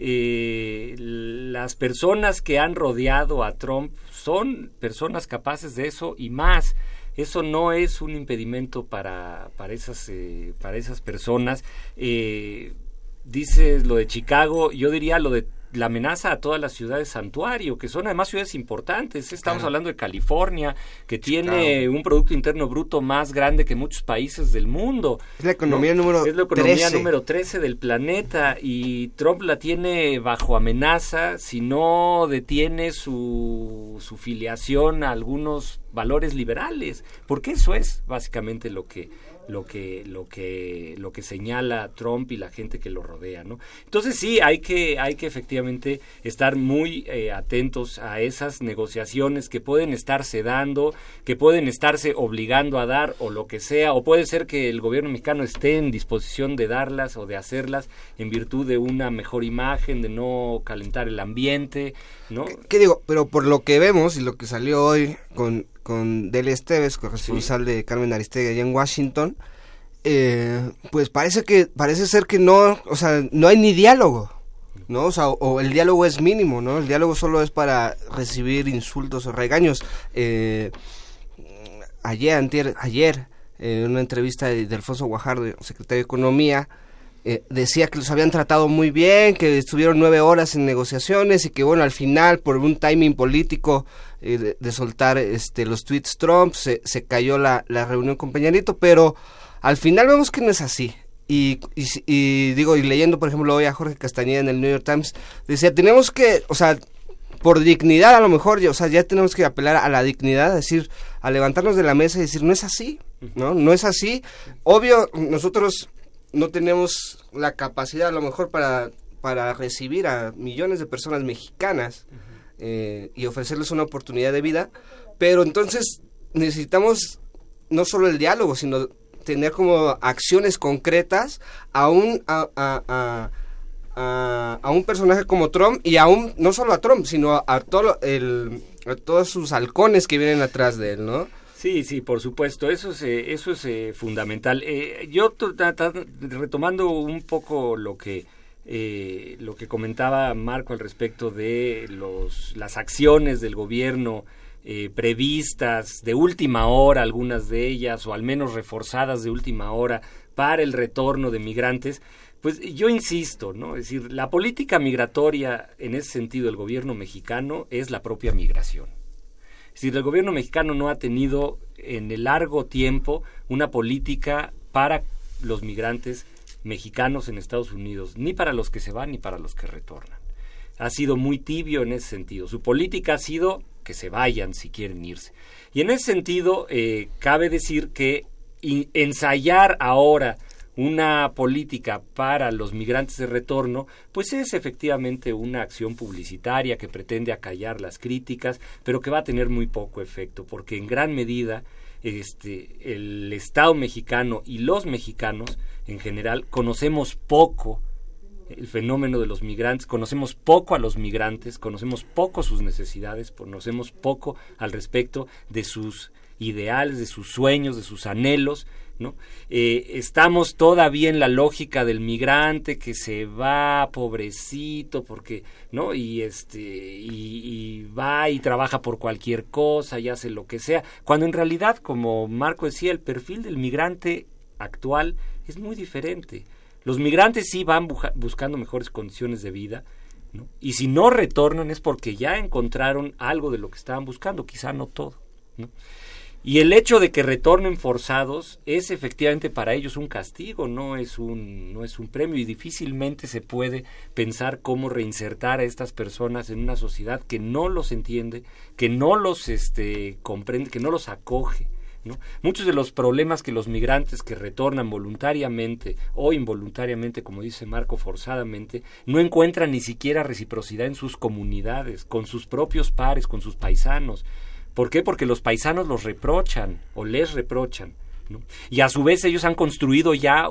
las personas que han rodeado a Trump son personas capaces de eso y más. Eso no es un impedimento para esas personas. Dices lo de Chicago, yo diría lo de la amenaza a todas las ciudades santuario, que son además ciudades importantes. Estamos hablando de California, que tiene un Producto Interno Bruto más grande que muchos países del mundo. Es la economía número 13 del planeta, y Trump la tiene bajo amenaza si no detiene su filiación a algunos valores liberales, porque eso es básicamente lo que señala Trump y la gente que lo rodea, ¿no? Entonces sí, hay que efectivamente estar muy atentos a esas negociaciones que pueden estarse dando, que pueden estarse obligando a dar o lo que sea, o puede ser que el gobierno mexicano esté en disposición de darlas o de hacerlas en virtud de una mejor imagen, de no calentar el ambiente, ¿no? ¿Qué digo? Pero por lo que vemos y lo que salió hoy con Delia Esteves, corresponsal de Carmen Aristegui allá en Washington, pues parece ser que no, o sea, no hay ni diálogo, ¿no? O sea, o el diálogo es mínimo, ¿no? El diálogo solo es para recibir insultos o regaños. Ayer, en una entrevista de Alfonso Guajardo, secretario de Economía, decía que los habían tratado muy bien, que estuvieron 9 horas en negociaciones y que bueno, al final por un timing político de soltar los tweets Trump se cayó la reunión con Peña Nieto, pero al final vemos que no es así. Y leyendo por ejemplo hoy a Jorge Castañeda en el New York Times, decía, tenemos que, o sea, por dignidad a lo mejor, ya tenemos que apelar a la dignidad, decir, a levantarnos de la mesa y decir, no es así, no es así. Obvio, nosotros no tenemos la capacidad a lo mejor para recibir a millones de personas mexicanas y ofrecerles una oportunidad de vida, pero entonces necesitamos no solo el diálogo, sino tener como acciones concretas a un personaje como Trump, y no solo a Trump, sino a todos sus halcones que vienen atrás de él, ¿no? Sí, por supuesto, eso es fundamental. Yo retomando un poco lo que comentaba Marco al respecto de las acciones del gobierno previstas de última hora, algunas de ellas, o al menos reforzadas de última hora para el retorno de migrantes, pues yo insisto, ¿no? Es decir, la política migratoria en ese sentido del gobierno mexicano es la propia migración. Es decir, el gobierno mexicano no ha tenido en el largo tiempo una política para los migrantes mexicanos en Estados Unidos, ni para los que se van ni para los que retornan. Ha sido muy tibio en ese sentido. Su política ha sido que se vayan si quieren irse. Y en ese sentido, cabe decir que ensayar ahora una política para los migrantes de retorno, pues es efectivamente una acción publicitaria que pretende acallar las críticas, pero que va a tener muy poco efecto, porque en gran medida el Estado mexicano y los mexicanos en general conocemos poco el fenómeno de los migrantes, conocemos poco a los migrantes, conocemos poco sus necesidades, conocemos poco al respecto de sus ideales, de sus sueños, de sus anhelos, ¿no? Estamos todavía en la lógica del migrante que se va, pobrecito, porque, ¿no? Y va y trabaja por cualquier cosa y hace lo que sea, cuando en realidad, como Marco decía, el perfil del migrante actual es muy diferente. Los migrantes sí van buscando mejores condiciones de vida, ¿no? Y si no retornan es porque ya encontraron algo de lo que estaban buscando, quizá no todo, ¿no? Y el hecho de que retornen forzados es efectivamente para ellos un castigo, no es un premio, y difícilmente se puede pensar cómo reinsertar a estas personas en una sociedad que no los entiende, que no los comprende, que no los acoge, ¿no? Muchos de los problemas que los migrantes que retornan voluntariamente o involuntariamente, como dice Marco, forzadamente, no encuentran ni siquiera reciprocidad en sus comunidades, con sus propios pares, con sus paisanos. ¿Por qué? Porque los paisanos los reprochan o les reprochan, ¿no? Y a su vez ellos han construido ya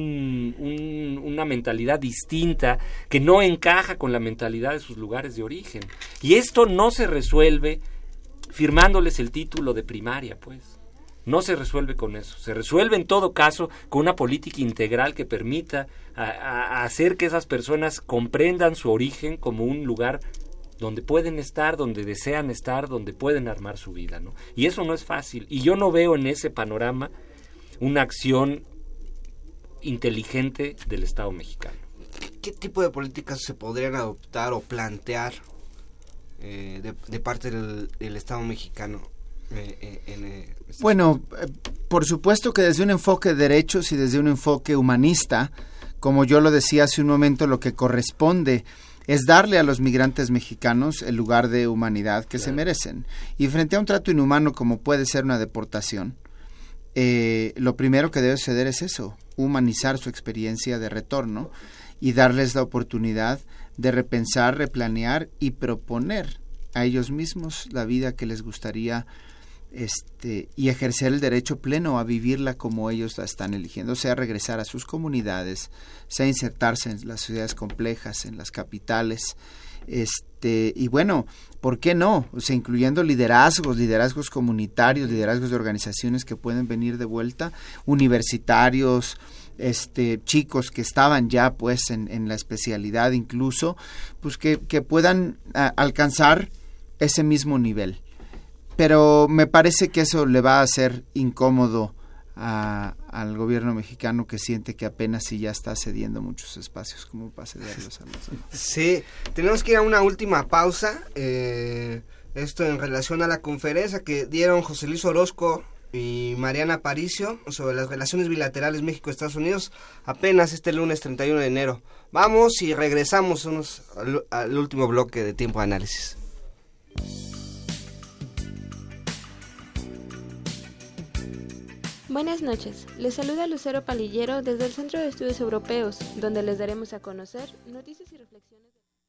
una mentalidad distinta que no encaja con la mentalidad de sus lugares de origen. Y esto no se resuelve firmándoles el título de primaria, pues. No se resuelve con eso. Se resuelve en todo caso con una política integral que permita hacer que esas personas comprendan su origen como un lugar donde pueden estar, donde desean estar, donde pueden armar su vida, ¿no? Y eso no es fácil. Y yo no veo en ese panorama una acción inteligente del Estado mexicano. ¿Qué tipo de políticas se podrían adoptar o plantear de parte del Estado mexicano? Bueno, por supuesto que desde un enfoque de derechos y desde un enfoque humanista, como yo lo decía hace un momento, lo que corresponde es darle a los migrantes mexicanos el lugar de humanidad que se merecen. Y frente a un trato inhumano como puede ser una deportación, lo primero que debe suceder es eso, humanizar su experiencia de retorno y darles la oportunidad de repensar, replanear y proponer a ellos mismos la vida que les gustaría y ejercer el derecho pleno a vivirla como ellos la están eligiendo, sea regresar a sus comunidades, sea insertarse en las ciudades complejas, en las capitales, y bueno, ¿por qué no? O sea, incluyendo liderazgos comunitarios, liderazgos de organizaciones que pueden venir de vuelta, universitarios, chicos que estaban ya pues en la especialidad incluso, pues que puedan alcanzar ese mismo nivel. Pero me parece que eso le va a hacer incómodo al gobierno mexicano, que siente que apenas si ya está cediendo muchos espacios como para cederlos a los demás. Sí, tenemos que ir a una última pausa. Esto en relación a la conferencia que dieron José Luis Orozco y Mariana Aparicio sobre las relaciones bilaterales México-Estados Unidos apenas este lunes 31 de enero. Vamos y regresamos al último bloque de Tiempo de Análisis. Buenas noches, les saluda Lucero Palillero desde el Centro de Estudios Europeos, donde les daremos a conocer noticias y reflexiones.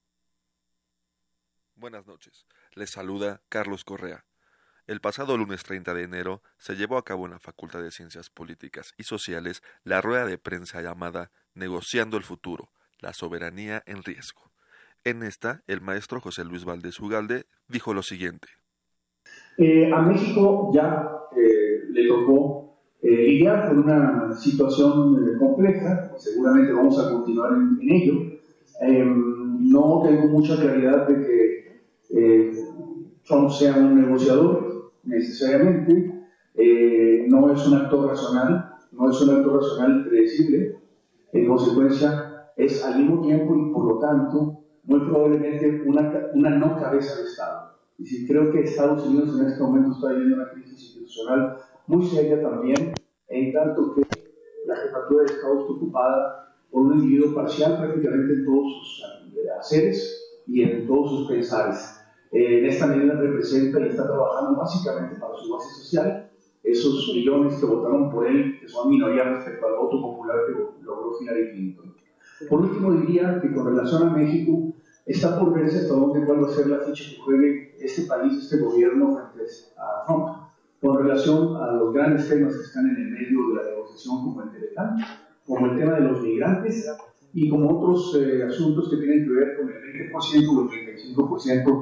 Buenas noches, les saluda Carlos Correa. El pasado lunes 30 de enero se llevó a cabo en la Facultad de Ciencias Políticas y Sociales la rueda de prensa llamada Negociando el Futuro, la soberanía en riesgo. En esta, el maestro José Luis Valdés Ugalde dijo lo siguiente. A México ya le tocó lidiar con una situación compleja, seguramente vamos a continuar en ello. No tengo mucha claridad de que Trump sea un negociador, necesariamente. No es un actor racional predecible. En consecuencia, es al mismo tiempo y por lo tanto, muy probablemente una no cabeza de Estado. Y sí, creo que Estados Unidos en este momento está viviendo una crisis institucional muy seria también, en tanto que la jefatura de Estado está ocupada por un individuo parcial prácticamente en todos sus haceres y en todos sus pensares. En esta medida representa y está trabajando básicamente para su base social, esos millones que votaron por él, que son minoría respecto al voto popular que logró Hillary Clinton. Por último, diría que con relación a México, está por verse hasta dónde va a ser la ficha que juegue este país, este gobierno frente a Trump, con relación a los grandes temas que están en el medio de la negociación, como el Teletán, como el tema de los migrantes y como otros asuntos que tienen que ver con el 20% o el 35%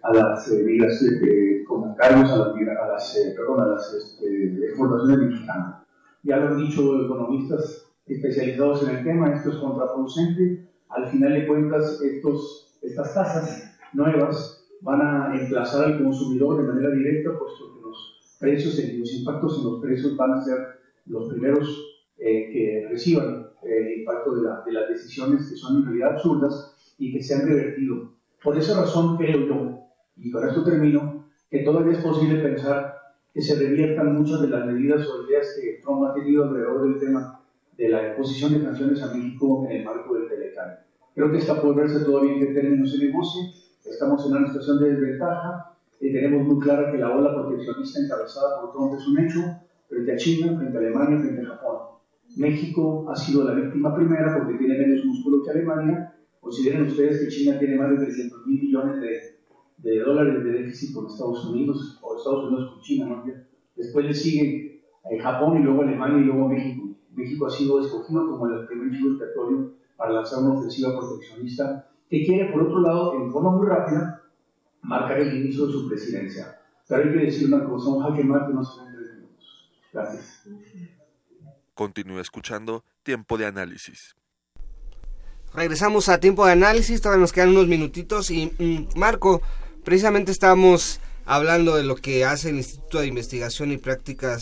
a las como cargos a las exportaciones mexicanas. Ya lo han dicho economistas especializados en el tema, esto es contraproducente. Al final de cuentas, estas tasas nuevas van a emplazar al consumidor de manera directa, puesto que los precios y los impactos en los precios van a ser los primeros que reciban el impacto de las decisiones que son en realidad absurdas y que se han revertido. Por esa razón creo yo, y con esto termino, que todavía es posible pensar que se reviertan muchas de las medidas o ideas que Trump ha tenido alrededor del tema de la imposición de sanciones a México en el marco del Telecán. Creo que esta puede verse todavía en qué términos se negocie. Estamos en una situación de desventaja y tenemos muy clara que la ola proteccionista encabezada por Trump es un hecho frente a China, frente a Alemania, frente a Japón. México ha sido la víctima primera porque tiene menos músculo que Alemania. Consideren ustedes que China tiene más de 300 mil millones de dólares de déficit con Estados Unidos, o Estados Unidos con China, ¿no? Después le sigue Japón y luego Alemania y luego México. México ha sido escogido como el primer chivo expiatorio para lanzar una ofensiva proteccionista que quiere, por otro lado, en forma muy rápida, marcar el inicio de su presidencia. Pero hay que decir una cosa, un jaque mate no se ve en 3 minutos. Gracias. Continúa escuchando Tiempo de Análisis. Regresamos a Tiempo de Análisis, todavía nos quedan unos minutitos y Marco, precisamente estábamos hablando de lo que hace el Instituto de Investigación y Práctica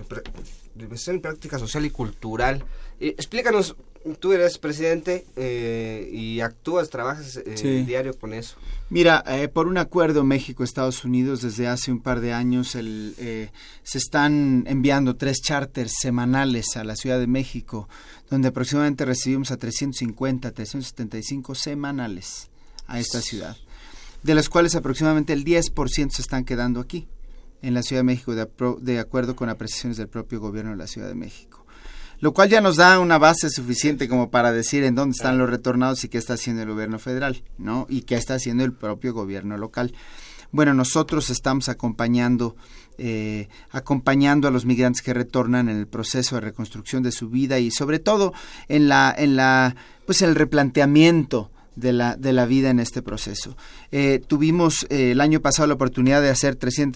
Social y Cultural. Explícanos, tú eres presidente y trabajas diario con eso. Mira, por un acuerdo México-Estados Unidos desde hace un par de años se están enviando 3 charters semanales a la Ciudad de México, donde aproximadamente recibimos a 375 semanales a esta ciudad, de las cuales aproximadamente el 10% se están quedando aquí, en la Ciudad de México, de acuerdo con apreciaciones del propio gobierno de la Ciudad de México. Lo cual ya nos da una base suficiente como para decir en dónde están los retornados y qué está haciendo el gobierno federal, ¿no? Y qué está haciendo el propio gobierno local. Bueno, nosotros estamos acompañando a los migrantes que retornan en el proceso de reconstrucción de su vida y sobre todo en el replanteamiento de la vida en este proceso. Tuvimos el año pasado la oportunidad de hacer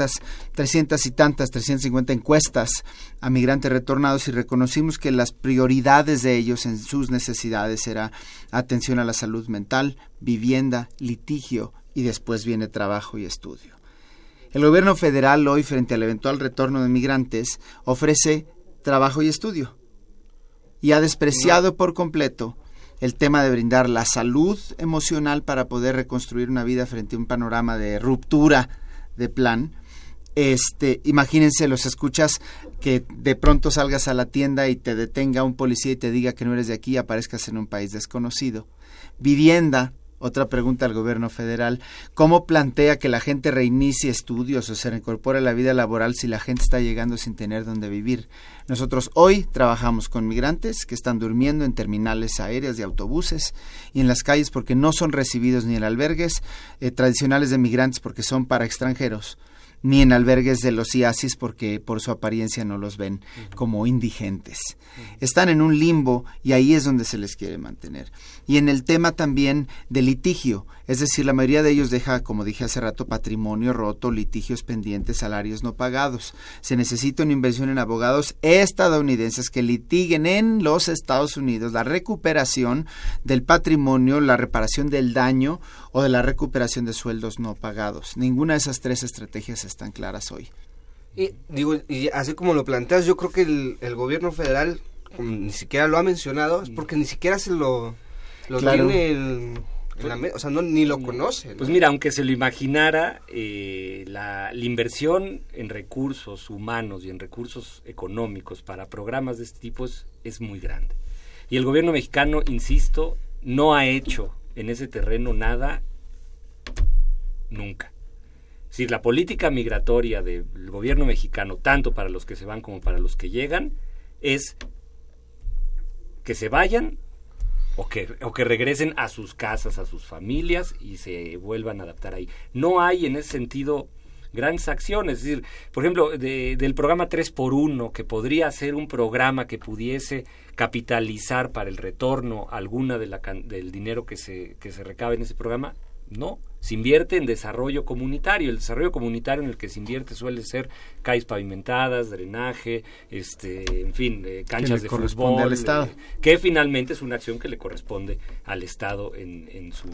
350 encuestas a migrantes retornados y reconocimos que las prioridades de ellos en sus necesidades era atención a la salud mental, vivienda, litigio y después viene trabajo y estudio. El gobierno federal hoy, frente al eventual retorno de migrantes, ofrece trabajo y estudio y ha despreciado por completo el tema de brindar la salud emocional para poder reconstruir una vida frente a un panorama de ruptura de plan. Imagínense, los escuchas que de pronto salgas a la tienda y te detenga un policía y te diga que no eres de aquí y aparezcas en un país desconocido. Vivienda. Otra pregunta al gobierno federal, ¿cómo plantea que la gente reinicie estudios o se reincorpore a la vida laboral si la gente está llegando sin tener dónde vivir? Nosotros hoy trabajamos con migrantes que están durmiendo en terminales aéreas de autobuses y en las calles porque no son recibidos ni en albergues tradicionales de migrantes porque son para extranjeros, ni en albergues de los IASIS porque por su apariencia no los ven como indigentes. Están en un limbo y ahí es donde se les quiere mantener. Y en el tema también de litigio, es decir, la mayoría de ellos deja, como dije hace rato, patrimonio roto, litigios pendientes, salarios no pagados. Se necesita una inversión en abogados estadounidenses que litiguen en los Estados Unidos la recuperación del patrimonio, la reparación del daño o de la recuperación de sueldos no pagados. Ninguna de esas 3 estrategias están claras hoy. Y así como lo planteas, yo creo que el gobierno federal ni siquiera lo ha mencionado, es porque ni siquiera se lo claro. Tiene ni lo conoce, ¿no? Pues mira, aunque se lo imaginara, la inversión en recursos humanos y en recursos económicos para programas de este tipo es muy grande. Y el gobierno mexicano, insisto, no ha hecho en ese terreno nada nunca. Es decir, la política migratoria del gobierno mexicano, tanto para los que se van como para los que llegan, es que se vayan o que regresen a sus casas, a sus familias y se vuelvan a adaptar ahí. No hay en ese sentido grandes acciones. Es decir, por ejemplo, del programa 3x1, que podría ser un programa que pudiese capitalizar para el retorno alguna del dinero que se recabe en ese programa, no. Se invierte en desarrollo comunitario. El desarrollo comunitario en el que se invierte suele ser calles pavimentadas, drenaje, en fin, canchas de fútbol, al Estado. Que finalmente es una acción que le corresponde al Estado en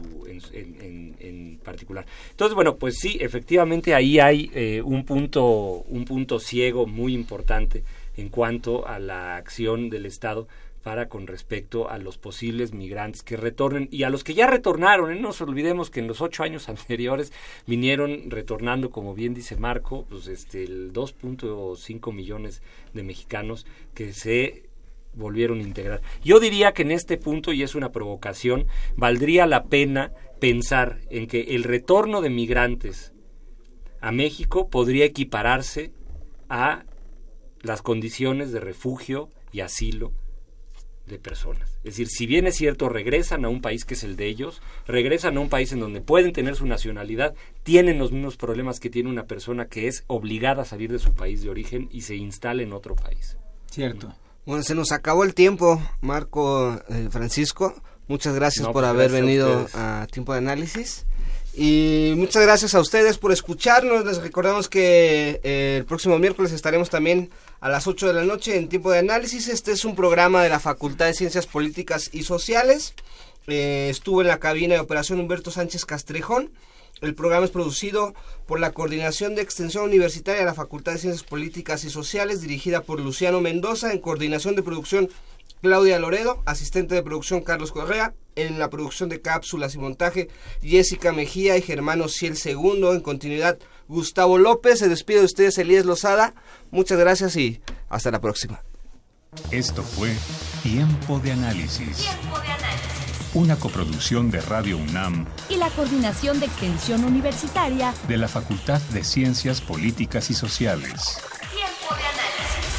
particular. Entonces, bueno, pues sí, efectivamente ahí hay un punto ciego muy importante en cuanto a la acción del Estado con respecto a los posibles migrantes que retornen y a los que ya retornaron. No nos olvidemos que en los 8 años anteriores vinieron retornando, como bien dice Marco, pues el 2.5 millones de mexicanos que se volvieron a integrar. Yo diría que en este punto, y es una provocación, valdría la pena pensar en que el retorno de migrantes a México podría equipararse a las condiciones de refugio y asilo de personas. Es decir, si bien es cierto, regresan a un país que es el de ellos, regresan a un país en donde pueden tener su nacionalidad, tienen los mismos problemas que tiene una persona que es obligada a salir de su país de origen y se instala en otro país. Cierto. Bueno, se nos acabó el tiempo, Marco, Francisco. Muchas gracias por haber venido a Tiempo de Análisis. Y muchas gracias a ustedes por escucharnos. Les recordamos que el próximo miércoles estaremos también a las 8 de la noche en Tiempo de Análisis. Este es un programa de la Facultad de Ciencias Políticas y Sociales. Estuvo en la cabina de operación Humberto Sánchez Castrejón. El programa es producido por la Coordinación de Extensión Universitaria de la Facultad de Ciencias Políticas y Sociales, dirigida por Luciano Mendoza. En coordinación de producción, Claudia Loredo. Asistente de producción, Carlos Correa. En la producción de cápsulas y montaje, Jessica Mejía y Germano Ciel II. En continuidad, Gustavo López. Se despide de ustedes, Elías Lozada. Muchas gracias y hasta la próxima. Esto fue Tiempo de Análisis. Una coproducción de Radio UNAM y la Coordinación de Extensión Universitaria de la Facultad de Ciencias Políticas y Sociales. Tiempo de Análisis.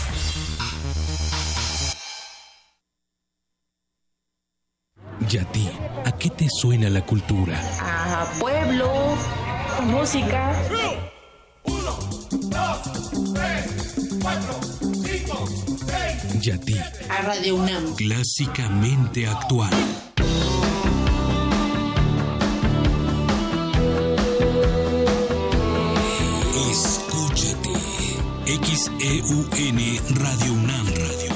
¿Y a ti? ¿A qué te suena la cultura? A pueblo, música. 1, 2, 3, 4, 5, 6. ¿Y a ti? A Radio UNAM. Clásicamente actual. Escúchate. XEUN Radio UNAM Radio.